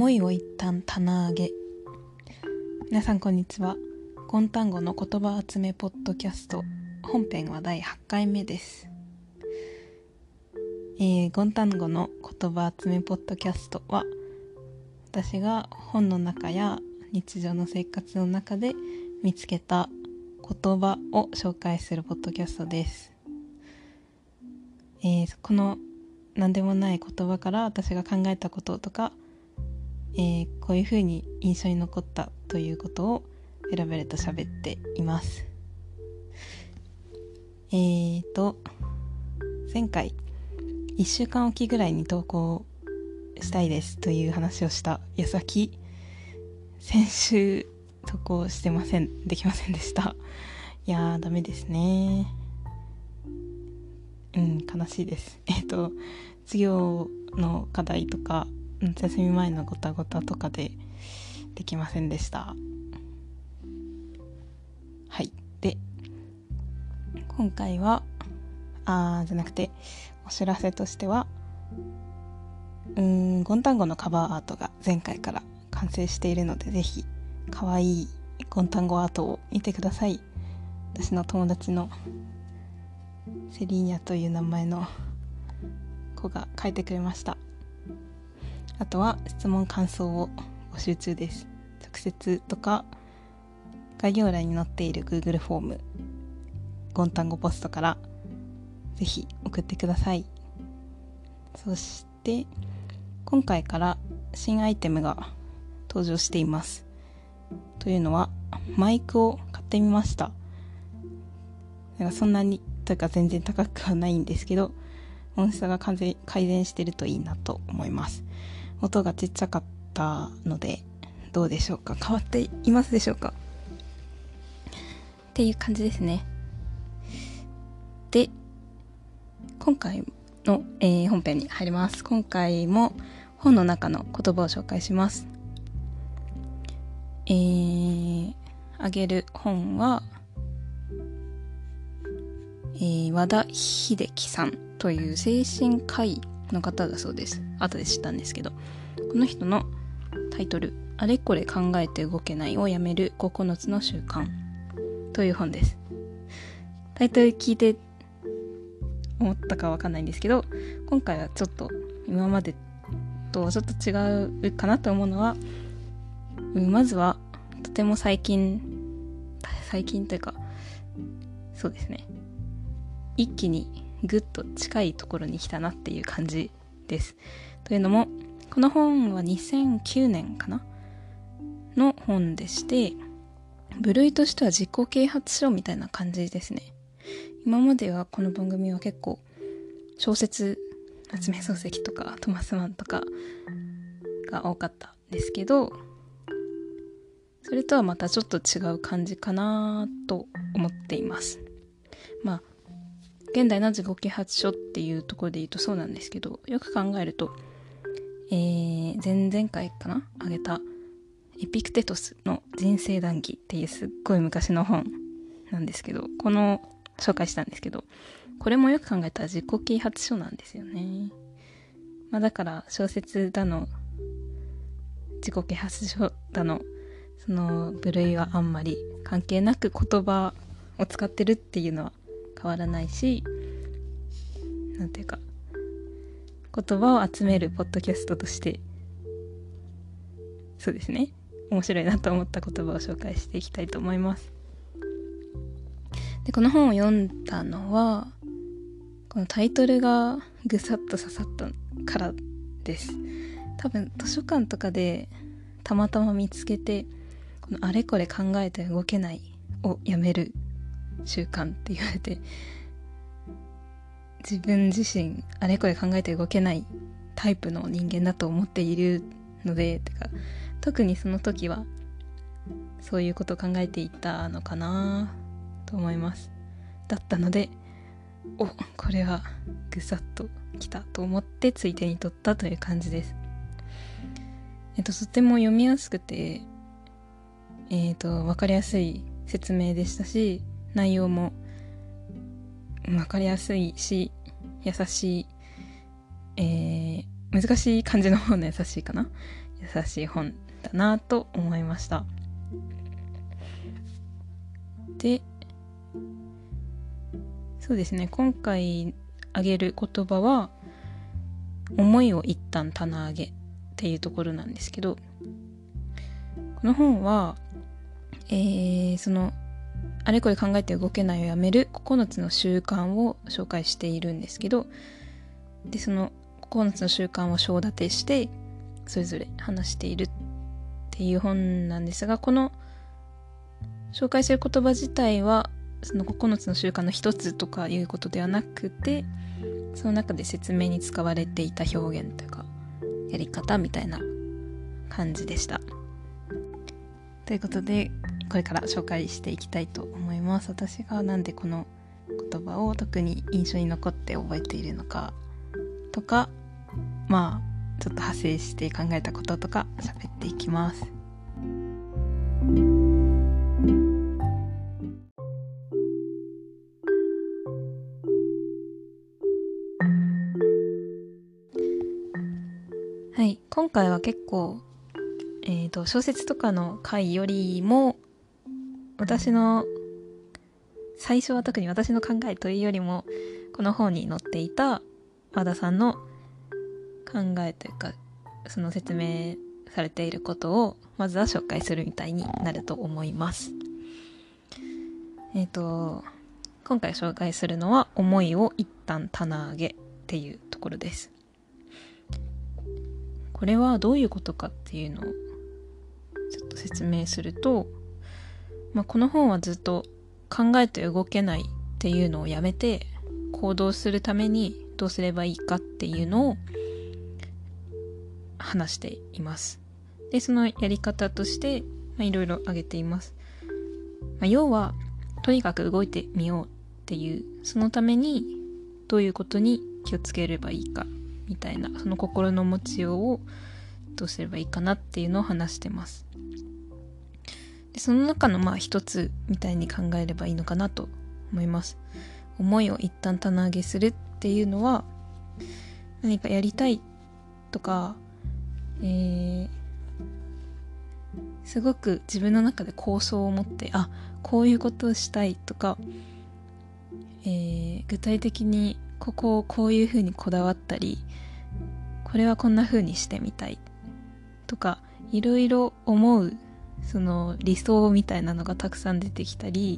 思いを一旦棚上げ。皆さんこんにちは。ゴンタンゴの言葉集めポッドキャスト本編は第8回目です。ゴンタンゴの言葉集めポッドキャストは、私が本の中や日常の生活の中で見つけた言葉を紹介するポッドキャストです。この何でもない言葉から私が考えたこととか、こういう風に印象に残ったということをベラベラと喋っています。前回1週間おきぐらいに投稿したいですという話をした矢先、先週投稿できませんでした。いやーダメですね。悲しいです。授業の課題とか夏休み前のごたごたとかでできませんでした。はい。で、今回はお知らせとしてはゴンタンゴのカバーアートが前回から完成しているので、ぜひかわいいゴンタンゴアートを見てください。私の友達のセリーニャという名前の子が書いてくれました。あとは質問感想を募集中です。直接とか概要欄に載っている Google フォーム、ゴンタンゴポストからぜひ送ってください。そして今回から新アイテムが登場しています。というのはマイクを買ってみました。そんなにというか全然高くはないんですけど、音質が改善してるといいなと思います。音がちっちゃかったのでどうでしょうか、変わっていますでしょうかっていう感じですね。で、今回の、本編に入ります。今回も本の中の言葉を紹介します。あげる本は、和田秀樹さんという精神科医の方だそうです。後で知ったんですけど、この人のタイトル、あれこれ考えて動けないをやめる9つの習慣という本です。タイトル聞いて思ったかわかんないんですけど、今回はちょっと今までとちょっと違うかなと思うのは、まずはとても最近というか、そうですね、一気にぐっと近いところに来たなっていう感じです。というのも、この本は2009年かなの本でして、部類としては自己啓発書みたいな感じですね。今まではこの番組は結構小説、夏目漱石とかトマスマンとかが多かったんですけど、それとはまたちょっと違う感じかなと思っています。現代の自己啓発書っていうところで言うとそうなんですけど、よく考えると、前々回かなあげたエピクテトスの人生談義っていうすっごい昔の本なんですけど、紹介したんですけど、これもよく考えたら自己啓発書なんですよね。だから小説だの自己啓発書だの、その部類はあんまり関係なく言葉を使ってるっていうのは変わらないし、なんていうか言葉を集めるポッドキャストとして、そうですね、面白いなと思った言葉を紹介していきたいと思います。で、この本を読んだのは、このタイトルがぐさっと刺さったからです。多分図書館とかでたまたま見つけて、このあれこれ考えて動けないをやめる習慣って言われて、自分自身あれこれ考えて動けないタイプの人間だと思っているので、特にその時はそういうことを考えていたのかなと思います。だったので、これはぐさっときたと思ってつい手に取ったという感じです。とても読みやすくて、わかりやすい説明でしたし、内容もわかりやすいし優しい、難しい漢字の方の優しいかな、 優しい本だなと思いました。で、そうですね、今回挙げる言葉は思いを一旦棚上げっていうところなんですけど、この本は、そのあれこれ考えて動けないをやめる9つの習慣を紹介しているんですけど、でその9つの習慣を章立てしてそれぞれ話しているっていう本なんですが、この紹介する言葉自体はその9つの習慣の一つとかいうことではなくて、その中で説明に使われていた表現というかやり方みたいな感じでした。ということでこれから紹介していきたいと思います。私がなんでこの言葉を特に印象に残って覚えているのかとか、ちょっと派生して考えたこととか喋っていきます。はい、今回は結構、小説とかの回よりも最初は特に私の考えというよりもこの本に載っていた和田さんの考えというかその説明されていることをまずは紹介するみたいになると思います。今回紹介するのは思いを一旦棚上げっていうところです。これはどういうことかっていうのをちょっと説明すると、この本はずっと考えて動けないっていうのをやめて行動するためにどうすればいいかっていうのを話しています。で、そのやり方としていろいろ挙げています。要はとにかく動いてみようっていう、そのためにどういうことに気をつければいいかみたいな、その心の持ちようをどうすればいいかなっていうのを話してます。でその中の一つみたいに考えればいいのかなと思います。思いを一旦棚上げするっていうのは、何かやりたいとか、すごく自分の中で構想を持って、こういうことをしたいとか、具体的にここをこういうふうにこだわったり、これはこんなふうにしてみたいとか、いろいろ思うその理想みたいなのがたくさん出てきたり、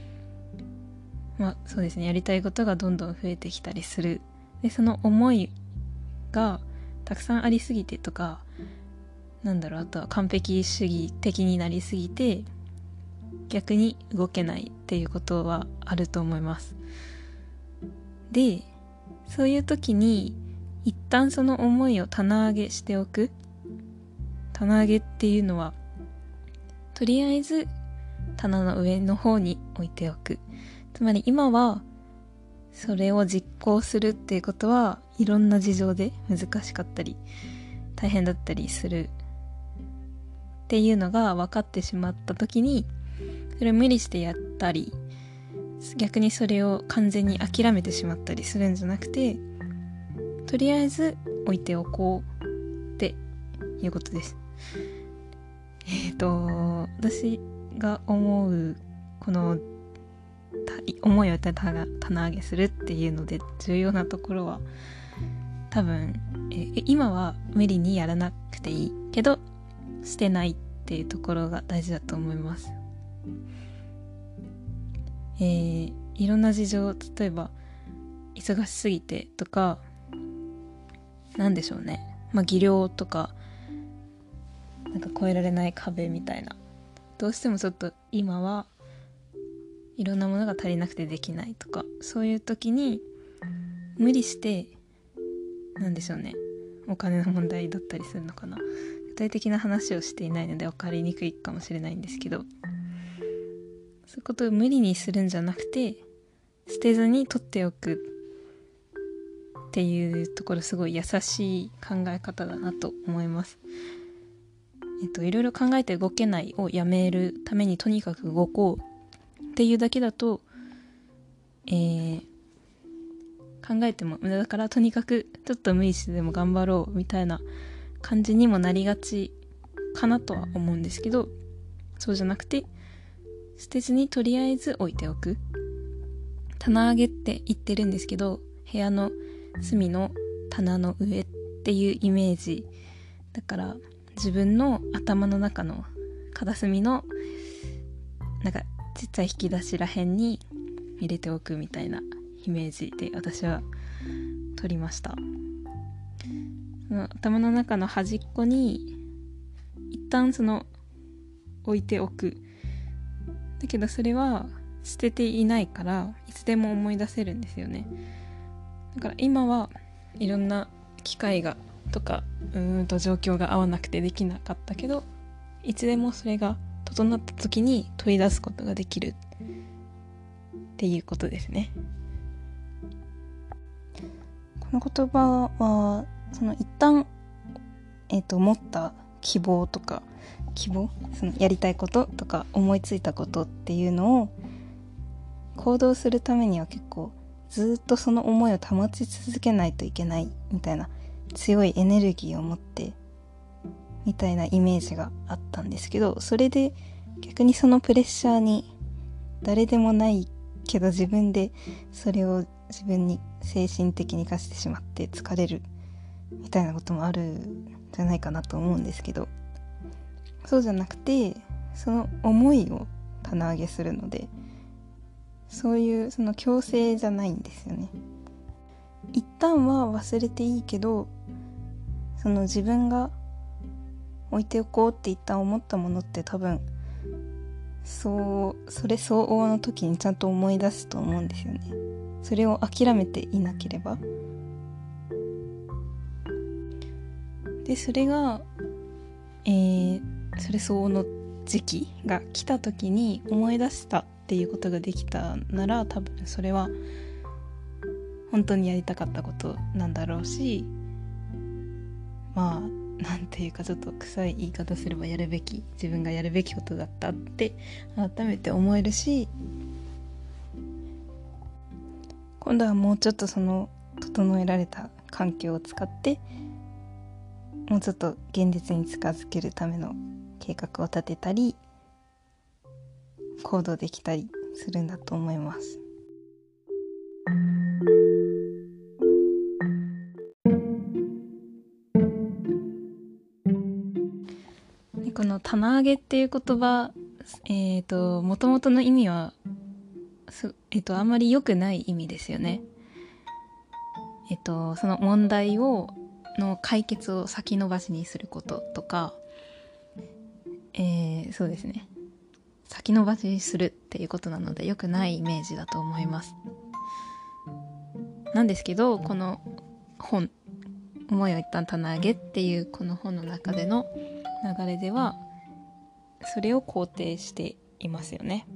そうですね、やりたいことがどんどん増えてきたりする。でその思いがたくさんありすぎてとか、あとは完璧主義的になりすぎて逆に動けないっていうことはあると思います。でそういう時に一旦その思いを棚上げしておく。棚上げっていうのはとりあえず棚の上の方に置いておく。つまり今はそれを実行するっていうことはいろんな事情で難しかったり大変だったりするっていうのが分かってしまった時に、それを無理してやったり逆にそれを完全に諦めてしまったりするんじゃなくて、とりあえず置いておこうっていうことです。私が思うこの思いを棚上げするっていうので重要なところは、多分、今は無理にやらなくていいけど捨てないっていうところが大事だと思います。いろんな事情、例えば忙しすぎてとか、技量とか越えられない壁みたいな、どうしてもちょっと今はいろんなものが足りなくてできないとか、そういう時に無理してお金の問題だったりするのかな、具体的な話をしていないので分かりにくいかもしれないんですけど、そういうことを無理にするんじゃなくて捨てずに取っておくっていうところ、すごい優しい考え方だなと思います。いろいろ考えて動けないをやめるためにとにかく動こうっていうだけだと、考えても無駄だから、とにかくちょっと無理してでも頑張ろうみたいな感じにもなりがちかなとは思うんですけど、そうじゃなくて捨てずにとりあえず置いておく。棚上げって言ってるんですけど、部屋の隅の棚の上っていうイメージだから、自分の頭の中の片隅のなんかちっちゃい引き出しらへんに入れておくみたいなイメージで私は取りました。その頭の中の端っこに一旦その置いておく。だけどそれは捨てていないからいつでも思い出せるんですよね。だから今はいろんな機会がとか状況が合わなくてできなかったけど、いつでもそれが整った時に取り出すことができるっていうことですね。この言葉はその一旦持った希望、そのやりたいこととか思いついたことっていうのを行動するためには結構ずっとその思いを保ち続けないといけないみたいな強いエネルギーを持ってみたいなイメージがあったんですけど、それで逆にそのプレッシャーに誰でもないけど自分でそれを自分に精神的に課してしまって疲れるみたいなこともあるんじゃないかなと思うんですけど、そうじゃなくてその思いを棚上げするので、そういうその強制じゃないんですよね。一旦は忘れていいけど、その自分が置いておこうって一旦思ったものって多分それ相応の時にちゃんと思い出すと思うんですよね。それを諦めていなければ。でそれがそれ相応の時期が来た時に思い出したっていうことができたなら、多分それは本当にやりたかったことなんだろうし、まあなんていうかちょっと臭い言い方すれば自分がやるべきことだったって改めて思えるし、今度はもうちょっとその整えられた環境を使ってもうちょっと現実に近づけるための計画を立てたり行動できたりするんだと思います。でこの棚上げっていう言葉、もともとの意味はあんまり良くない意味ですよね。その問題の解決を先延ばしにすることとか、そうですね、先延ばしするっていうことなので良くないイメージだと思います。なんですけど、この本思いを一旦棚上げっていうこの本の中での流れではそれを肯定していますよね。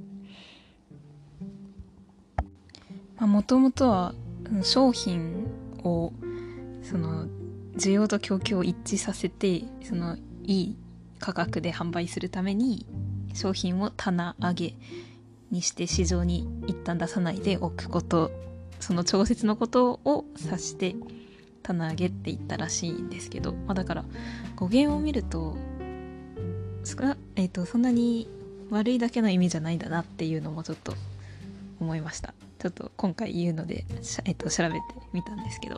もともとは商品をその需要と供給を一致させてそのいい価格で販売するために商品を棚上げにして市場に一旦出さないでおくこと、その調節のことを指して棚上げって言ったらしいんですけど、だから語源を見るとそんなに悪いだけの意味じゃないんだなっていうのもちょっと思いました。ちょっと今回言うので、調べてみたんですけど、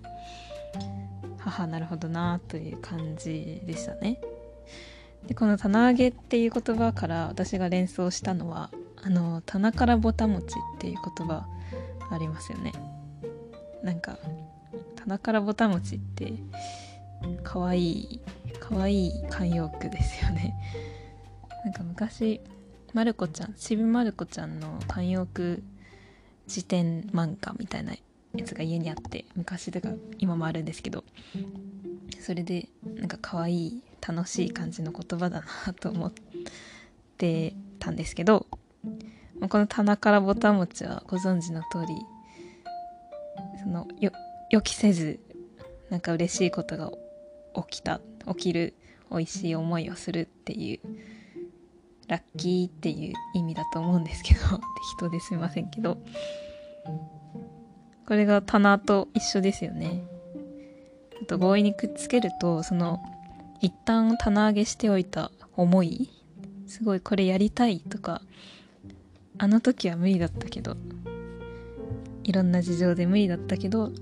なるほどなという感じでしたね。でこの棚上げっていう言葉から私が連想したのは棚からぼたもちっていう言葉ありますよね。なんか棚からぼたもちってかわいい慣用句ですよね。なんか昔渋まる子ちゃんの慣用句辞典漫画みたいなやつが家にあって、昔とか今もあるんですけど、それでなんか可愛い楽しい感じの言葉だなと思ってたんですけど、この棚からぼたもちはご存知の通りその予期せずなんか嬉しいことが起きる美味しい思いをするっていうラッキーっていう意味だと思うんですけど適当ですいませんけど、これが棚と一緒ですよね。あと強引にくっつけるとその一旦棚上げしておいた思い、すごいこれやりたいとか、あの時は無理だったけど、いろんな事情で無理だったけど、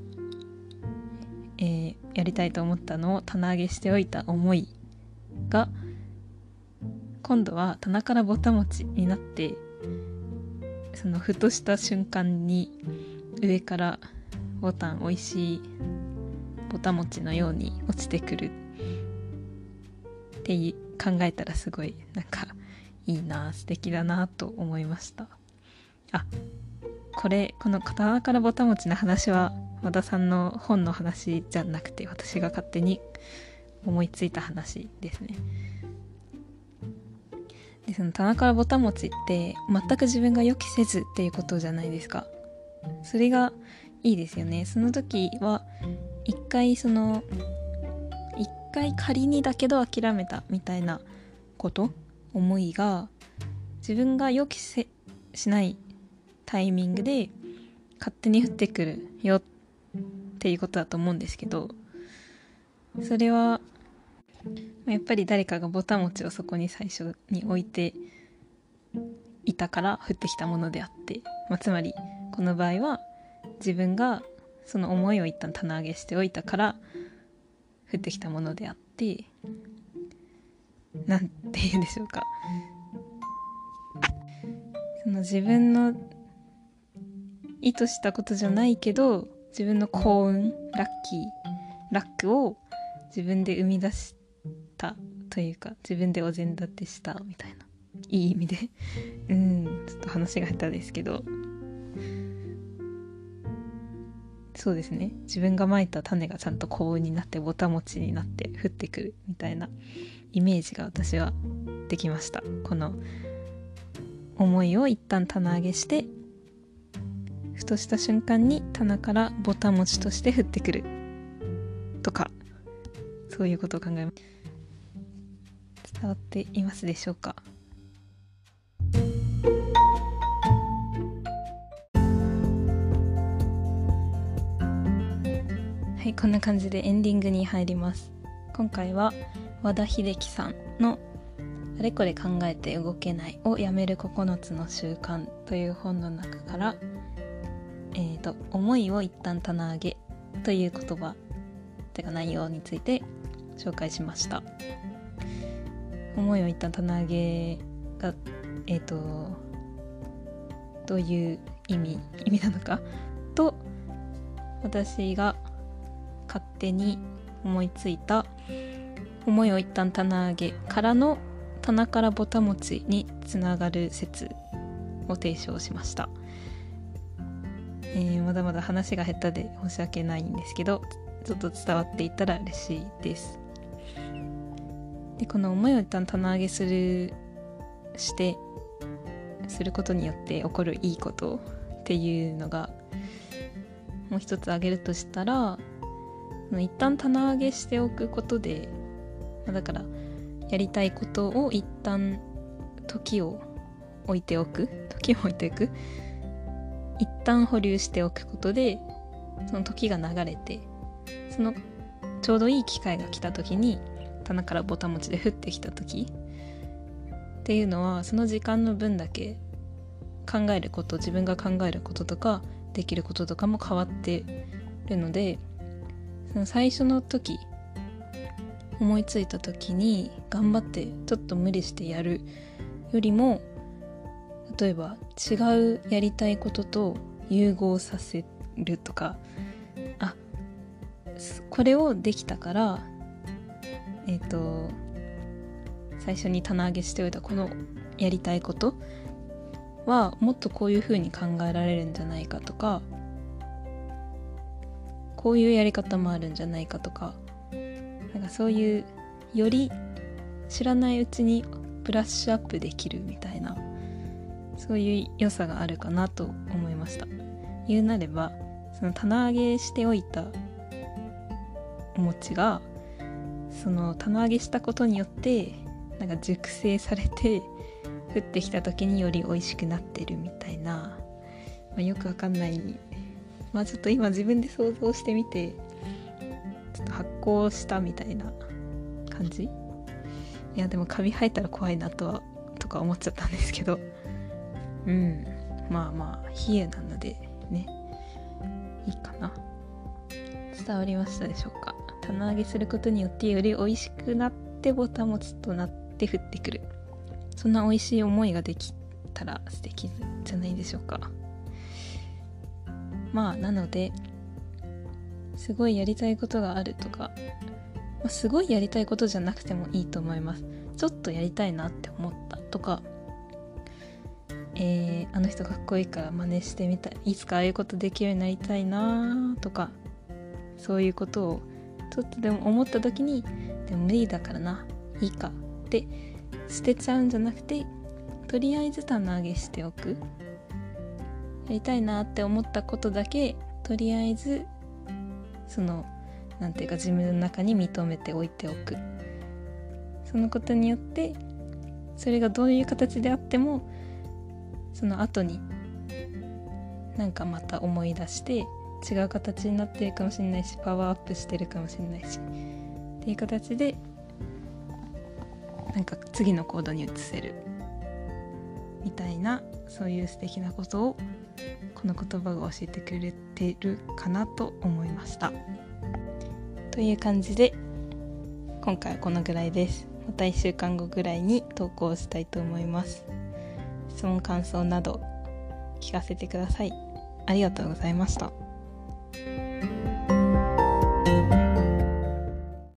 やりたいと思ったのを棚上げしておいた思いが今度は棚からぼたもちになって、そのふとした瞬間に上からボタン、美味しいぼたもちのように落ちてくるって考えたら、すごいなんかいいな、素敵だなと思いました。この棚からぼたもちの話は和田さんの本の話じゃなくて、私が勝手に思いついた話ですね。で、その棚からぼたもちって全く自分が予期せずっていうことじゃないですか。それがいいですよね。その時は一回仮にだけど諦めたみたいな思いが自分が予期しないタイミングで勝手に降ってくるよっていうことだと思うんですけど、それはやっぱり誰かがぼたもちをそこに最初に置いていたから降ってきたものであって、つまりこの場合は自分がその思いを一旦棚上げしておいたから降ってきたものであって、なんて言うんでしょうか、その自分の意図したことじゃないけど、自分の幸運、ラックを自分で生み出したというか、自分でお膳立てしたみたいな、いい意味でちょっと話が下手ですけど、そうですね、自分がまいた種がちゃんと幸運になってぼたもちになって降ってくるみたいなイメージが私はできました。この思いを一旦棚上げして、ふとした瞬間に棚からぼたもちとして降ってくるとか、そういうことを考えます。伝わっていますでしょうか。はい、こんな感じでエンディングに入ります。今回は和田秀樹さんのあれこれ考えて動けないをやめる9つの習慣という本の中から思いを一旦棚上げという言葉というか内容について紹介しました。思いを一旦棚上げがどういう意味なのかと、私が勝手に思いついた思いを一旦棚上げからの棚からぼたもちにつながる説を提唱しました。まだまだ話が下手で申し訳ないんですけど、ちょっと伝わっていたら嬉しいです。で、この思いを一旦棚上げすることによって起こるいいことっていうのがもう一つ挙げるとしたら、一旦棚上げしておくことで、だからやりたいことを一旦時を置いておく、一旦保留しておくことで、その時が流れて、そのちょうどいい機会が来た時に棚からぼたもちで降ってきた時っていうのは、その時間の分だけ自分が考えることとかできることとかも変わってるので、その最初の時、思いついた時に頑張ってちょっと無理してやるよりも、例えば違うやりたいことと融合させるとか、これをできたから最初に棚上げしておいたこのやりたいことはもっとこういう風に考えられるんじゃないかとか、こういうやり方もあるんじゃないかとか、なんかそういうより知らないうちにブラッシュアップできるみたいな、そういう良さがあるかなと思いました。言うなれば、その棚上げしておいたお餅が、その棚上げしたことによってなんか熟成されて降ってきた時により美味しくなってるみたいな、よくわかんない、ちょっと今自分で想像してみて、ちょっと発酵したみたいな感じ。いやでもカビ生えたら怖いなとか思っちゃったんですけど、まあ比喩なのでね、いいかな。伝わりましたでしょうか。棚上げすることによってより美味しくなってぼたもちとなって降ってくる、そんな美味しい思いができたら素敵じゃないでしょうか。なのですごいやりたいことがあるとか、すごいやりたいことじゃなくてもいいと思います。ちょっとやりたいなって思ったとか、あの人かっこいいから真似してみたい、いつかああいうことできるようになりたいなとか、そういうことをちょっとでも思った時に、でも無理だからないいかって捨てちゃうんじゃなくて、とりあえず棚上げしておく。やりたいなって思ったことだけとりあえずなんていうか自分の中に認めておいておく。そのことによってそれがどういう形であってもその後になんかまた思い出して違う形になってるかもしれないし、パワーアップしてるかもしれないしっていう形でなんか次の行動に移せるみたいな、そういう素敵なことをこの言葉が教えてくれてるかなと思いました。という感じで今回はこのぐらいです。また1週間後ぐらいに投稿したいと思います。質問感想など聞かせてください。ありがとうございました。